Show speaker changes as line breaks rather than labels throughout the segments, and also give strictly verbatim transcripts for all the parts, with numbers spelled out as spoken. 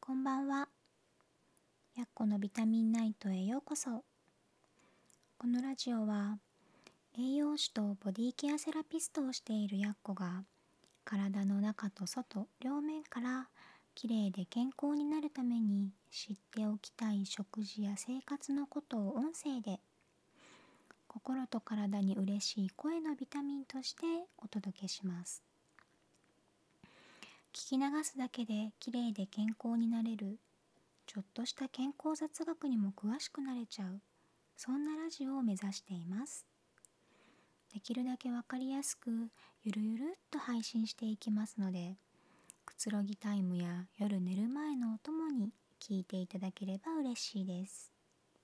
こんばんは。やっこのビタミンナイトへようこそ。このラジオは栄養士とボディケアセラピストをしているやっこが体の中と外両面からきれいで健康になるために知っておきたい食事や生活のことを音声で心と体に嬉しい声のビタミンとしてお届けします。聞き流すだけできれいで健康になれる、ちょっとした健康雑学にも詳しくなれちゃう、そんなラジオを目指しています。できるだけわかりやすくゆるゆるっと配信していきますので、くつろぎタイムや夜寝る前のお供に聞いていただければ嬉しいです。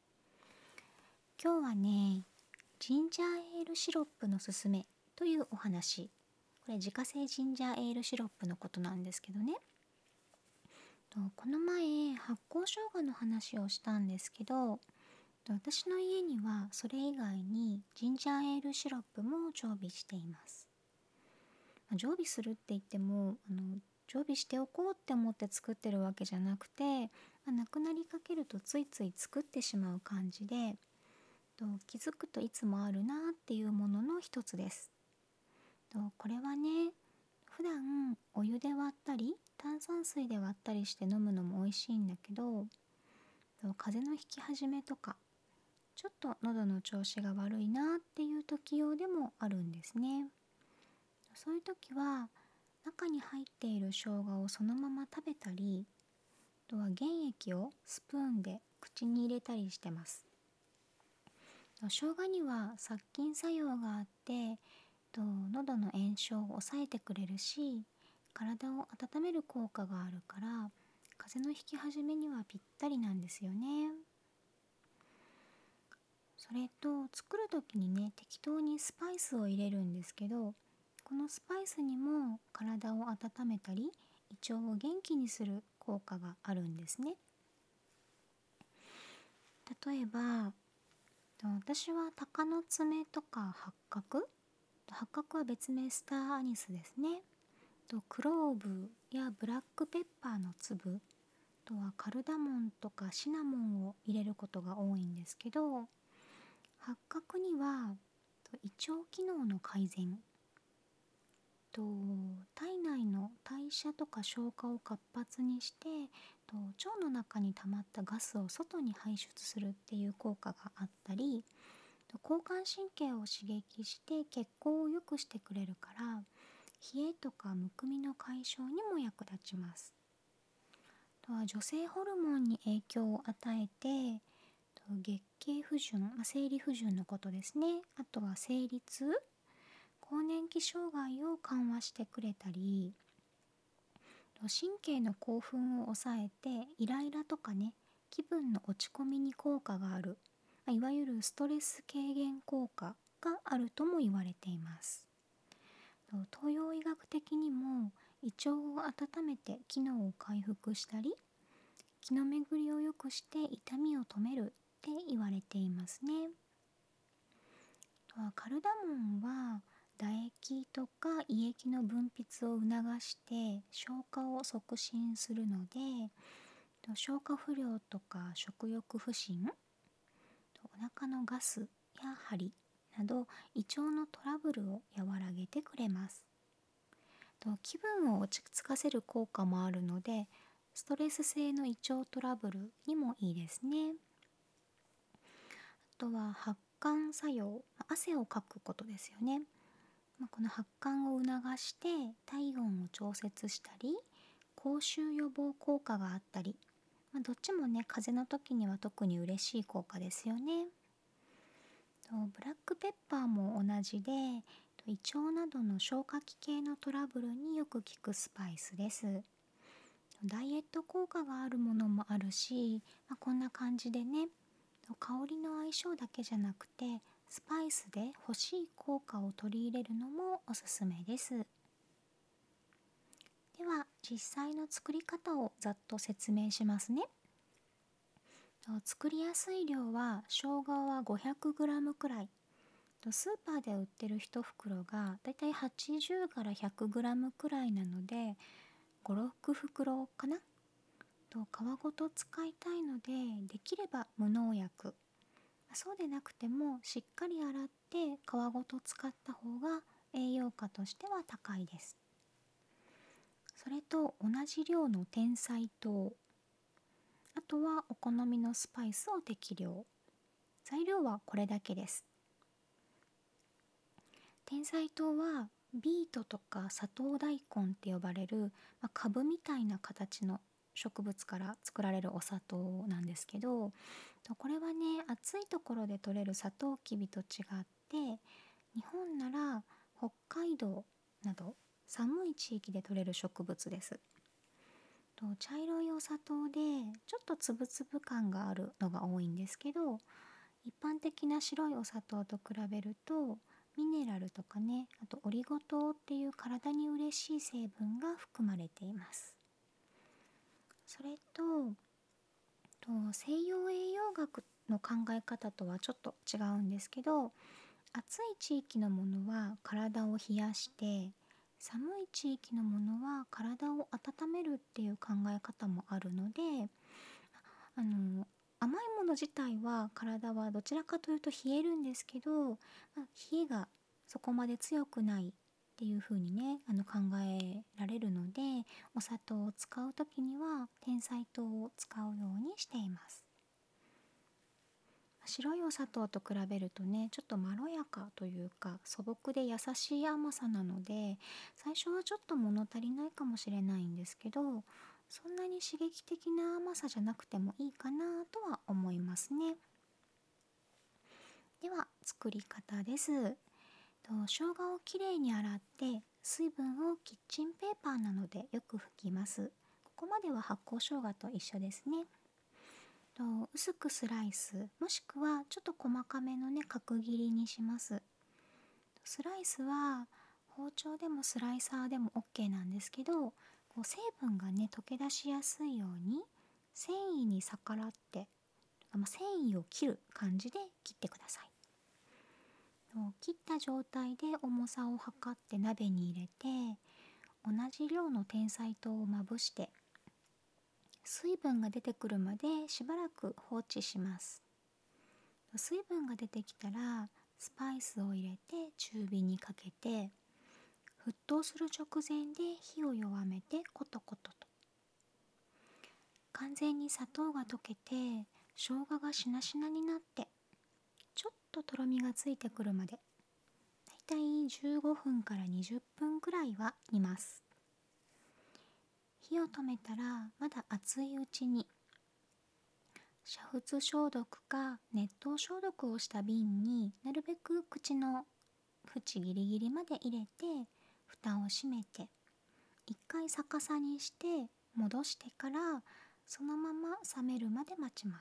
今日はね、ジンジャーエールシロップのすすめというお話。これ自家製ジンジャーエールシロップのことなんですけどね。とこの前発酵生姜の話をしたんですけど、私の家にはそれ以外にジンジャーエールシロップも常備しています。まあ常備するって言ってもあの常備しておこうって思って作ってるわけじゃなくて、まあ、なくなりかけるとついつい作ってしまう感じで、と気づくといつもあるなっていうものの一つです。とこれはね、普段お湯で割ったり炭酸水で割ったりして飲むのも美味しいんだけど、と風邪のひき始めとかちょっと喉の調子が悪いなっていう時用でもあるんですね。そういう時は中に入っている生姜をそのまま食べたり、あとは原液をスプーンで口に入れたりしてます。生姜には殺菌作用があって、と喉の炎症を抑えてくれるし、体を温める効果があるから、風邪のひき始めにはぴったりなんですよね。それと作る時にね、適当にスパイスを入れるんですけど、このスパイスにも体を温めたり胃腸を元気にする効果があるんですね。例えば私は鷹の爪とか八角、八角は別名スターアニスですね、とクローブやブラックペッパーの粒、あとはカルダモンとかシナモンを入れることが多いんですけど、八角には胃腸機能の改善と体内の代謝とか消化を活発にしてと腸の中に溜まったガスを外に排出するっていう効果があったり、と交感神経を刺激して血行を良くしてくれるから、冷えとかむくみの解消にも役立ちます。とは女性ホルモンに影響を与えて、と月経不順、まあ、生理不順のことですね。あとは生理痛、更年期障害を緩和してくれたり、神経の興奮を抑えてイライラとかね、気分の落ち込みに効果がある、まあいわゆるストレス軽減効果があるとも言われています。東洋医学的にも胃腸を温めて機能を回復したり、気の巡りを良くして痛みを止めるって言われていますね。とはカルダモンは唾液とか胃液の分泌を促して消化を促進するので、と消化不良とか食欲不振、とお腹のガスや張りなど胃腸のトラブルを和らげてくれます。と気分を落ち着かせる効果もあるので、ストレス性の胃腸トラブルにもいいですね。あとは発汗作用、汗をかくことですよね。まあこの発汗を促して体温を調節したり、口臭予防効果があったり、まあ、どっちもね、風邪の時には特に嬉しい効果ですよね。とブラックペッパーも同じで、と胃腸などの消化器系のトラブルによく効くスパイスです。ダイエット効果があるものもあるし、まあ、こんな感じでね、香りの相性だけじゃなくてスパイスで欲しい効果を取り入れるのもおすすめです。では実際の作り方をざっと説明しますね。作りやすい量は生姜は ごひゃくグラム くらい、スーパーで売ってるいち袋がだいたいはちじゅうから ひゃくグラム くらいなのでご、ろく袋かな。 と皮ごと使いたいので、できれば無農薬、そうでなくてもしっかり洗って皮ごと使った方が栄養価としては高いです。それと同じ量の甜菜糖、あとはお好みのスパイスを適量。材料はこれだけです。甜菜糖はビートとか砂糖大根って呼ばれる、まあ、株みたいな形の植物から作られるお砂糖なんですけど、これはね、暑いところで採れるサトウキビと違って日本なら北海道など寒い地域で採れる植物です。と茶色いお砂糖でちょっとつぶつぶ感があるのが多いんですけど、一般的な白いお砂糖と比べるとミネラルとかね、あとオリゴ糖っていう体に嬉しい成分が含まれています。それとと西洋栄養学の考え方とはちょっと違うんですけど、暑い地域のものは体を冷やして、寒い地域のものは体を温めるっていう考え方もあるので、あの甘いもの自体は体はどちらかというと冷えるんですけど、まあ、冷えがそこまで強くないっていう風にね、あの考えられるので、お砂糖を使う時には甜菜糖を使うようにしています。白いお砂糖と比べるとね、ちょっとまろやかというか素朴で優しい甘さなので、最初はちょっと物足りないかもしれないんですけど、そんなに刺激的な甘さじゃなくてもいいかなとは思いますね。では作り方です。と生姜をきれいに洗って水分をキッチンペーパーなどでよく拭きます。ここまでは発酵生姜と一緒ですね。と薄くスライス、もしくはちょっと細かめのね角切りにします。スライスは包丁でもスライサーでも OK なんですけど、こう成分がね溶け出しやすいように繊維に逆らって、まあ、繊維を切る感じで切ってください。切った状態で重さを測って鍋に入れて、同じ量の甜菜糖をまぶして水分が出てくるまでしばらく放置します。水分が出てきたらスパイスを入れて中火にかけて、沸騰する直前で火を弱めてコトコトと。完全に砂糖が溶けて生姜がしなしなになって、ちょっととろみがついてくるまで、だいたいじゅうごふんからにじゅっぷんくらいは煮ます。火を止めたらまだ熱いうちに煮沸消毒か熱湯消毒をした瓶になるべく口の縁ギリギリまで入れて蓋を閉めて、一回逆さにして戻してからそのまま冷めるまで待ちます。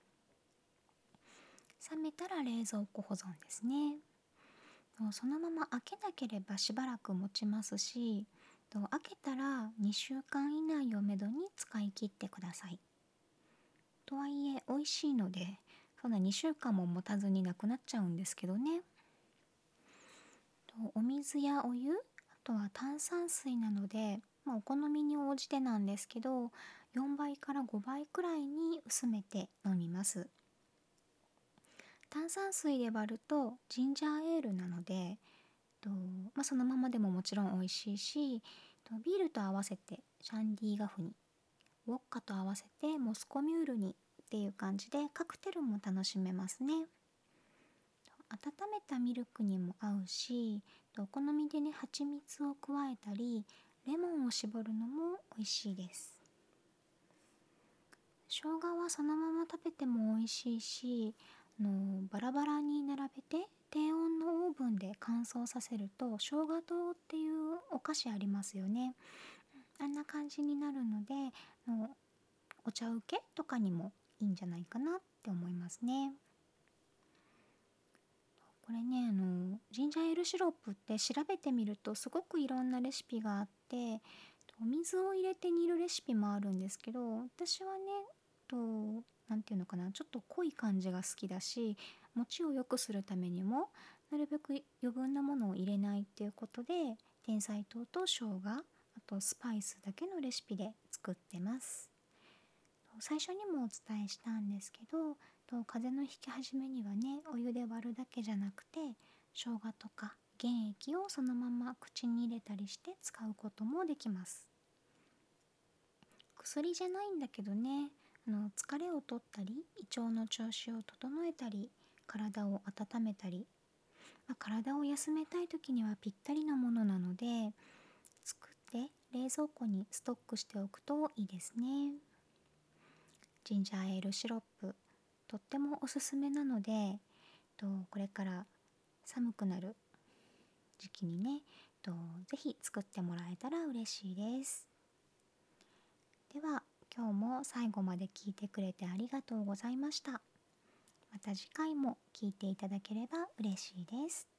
冷めたら冷蔵庫保存ですね。そのまま開けなければしばらく持ちますし、開けたらにしゅうかん以内をめどに使い切ってください。とはいえ美味しいので、そんなにしゅうかんも持たずになくなっちゃうんですけどね。お水やお湯、あとは炭酸水なので、まあ、お好みに応じてなんですけど、よんばいからごばいくらいに薄めて飲みます。炭酸水で割るとジンジャーエールなので、とまあ、そのままでももちろん美味しいし、とビールと合わせてシャンディガフに、ウォッカと合わせてモスコミュールにっていう感じでカクテルも楽しめますね。温めたミルクにも合うし、お好みでね蜂蜜を加えたりレモンを絞るのも美味しいです。生姜はそのまま食べても美味しいし、あのバラバラに並べて低温のオーブンで乾燥させると生姜糖っていうお菓子ありますよね。あんな感じになるので、あのお茶受けとかにもいいんじゃないかなって思いますね。これね、あのジンジャーエールシロップって調べてみるとすごくいろんなレシピがあって、お水を入れて煮るレシピもあるんですけど、私はね、となんていうのかな、ちょっと濃い感じが好きだし、餅を良くするためにもなるべく余分なものを入れないっていうことで、甜菜糖と生姜、あとスパイスだけのレシピで作ってます。 最初にもお伝えしたんですけど、と風邪のひき始めにはね、お湯で割るだけじゃなくて生姜とか原液をそのまま口に入れたりして使うこともできます。薬じゃないんだけどね、あの疲れを取ったり胃腸の調子を整えたり体を温めたり、まあ、体を休めたい時にはぴったりなものなので、作って冷蔵庫にストックしておくといいですね。ジンジャーエールシロップ、とってもおすすめなので、とこれから寒くなる時期にね、とぜひ作ってもらえたら嬉しいです。では今日も最後まで聞いてくれてありがとうございました。また次回も聞いていただければ嬉しいです。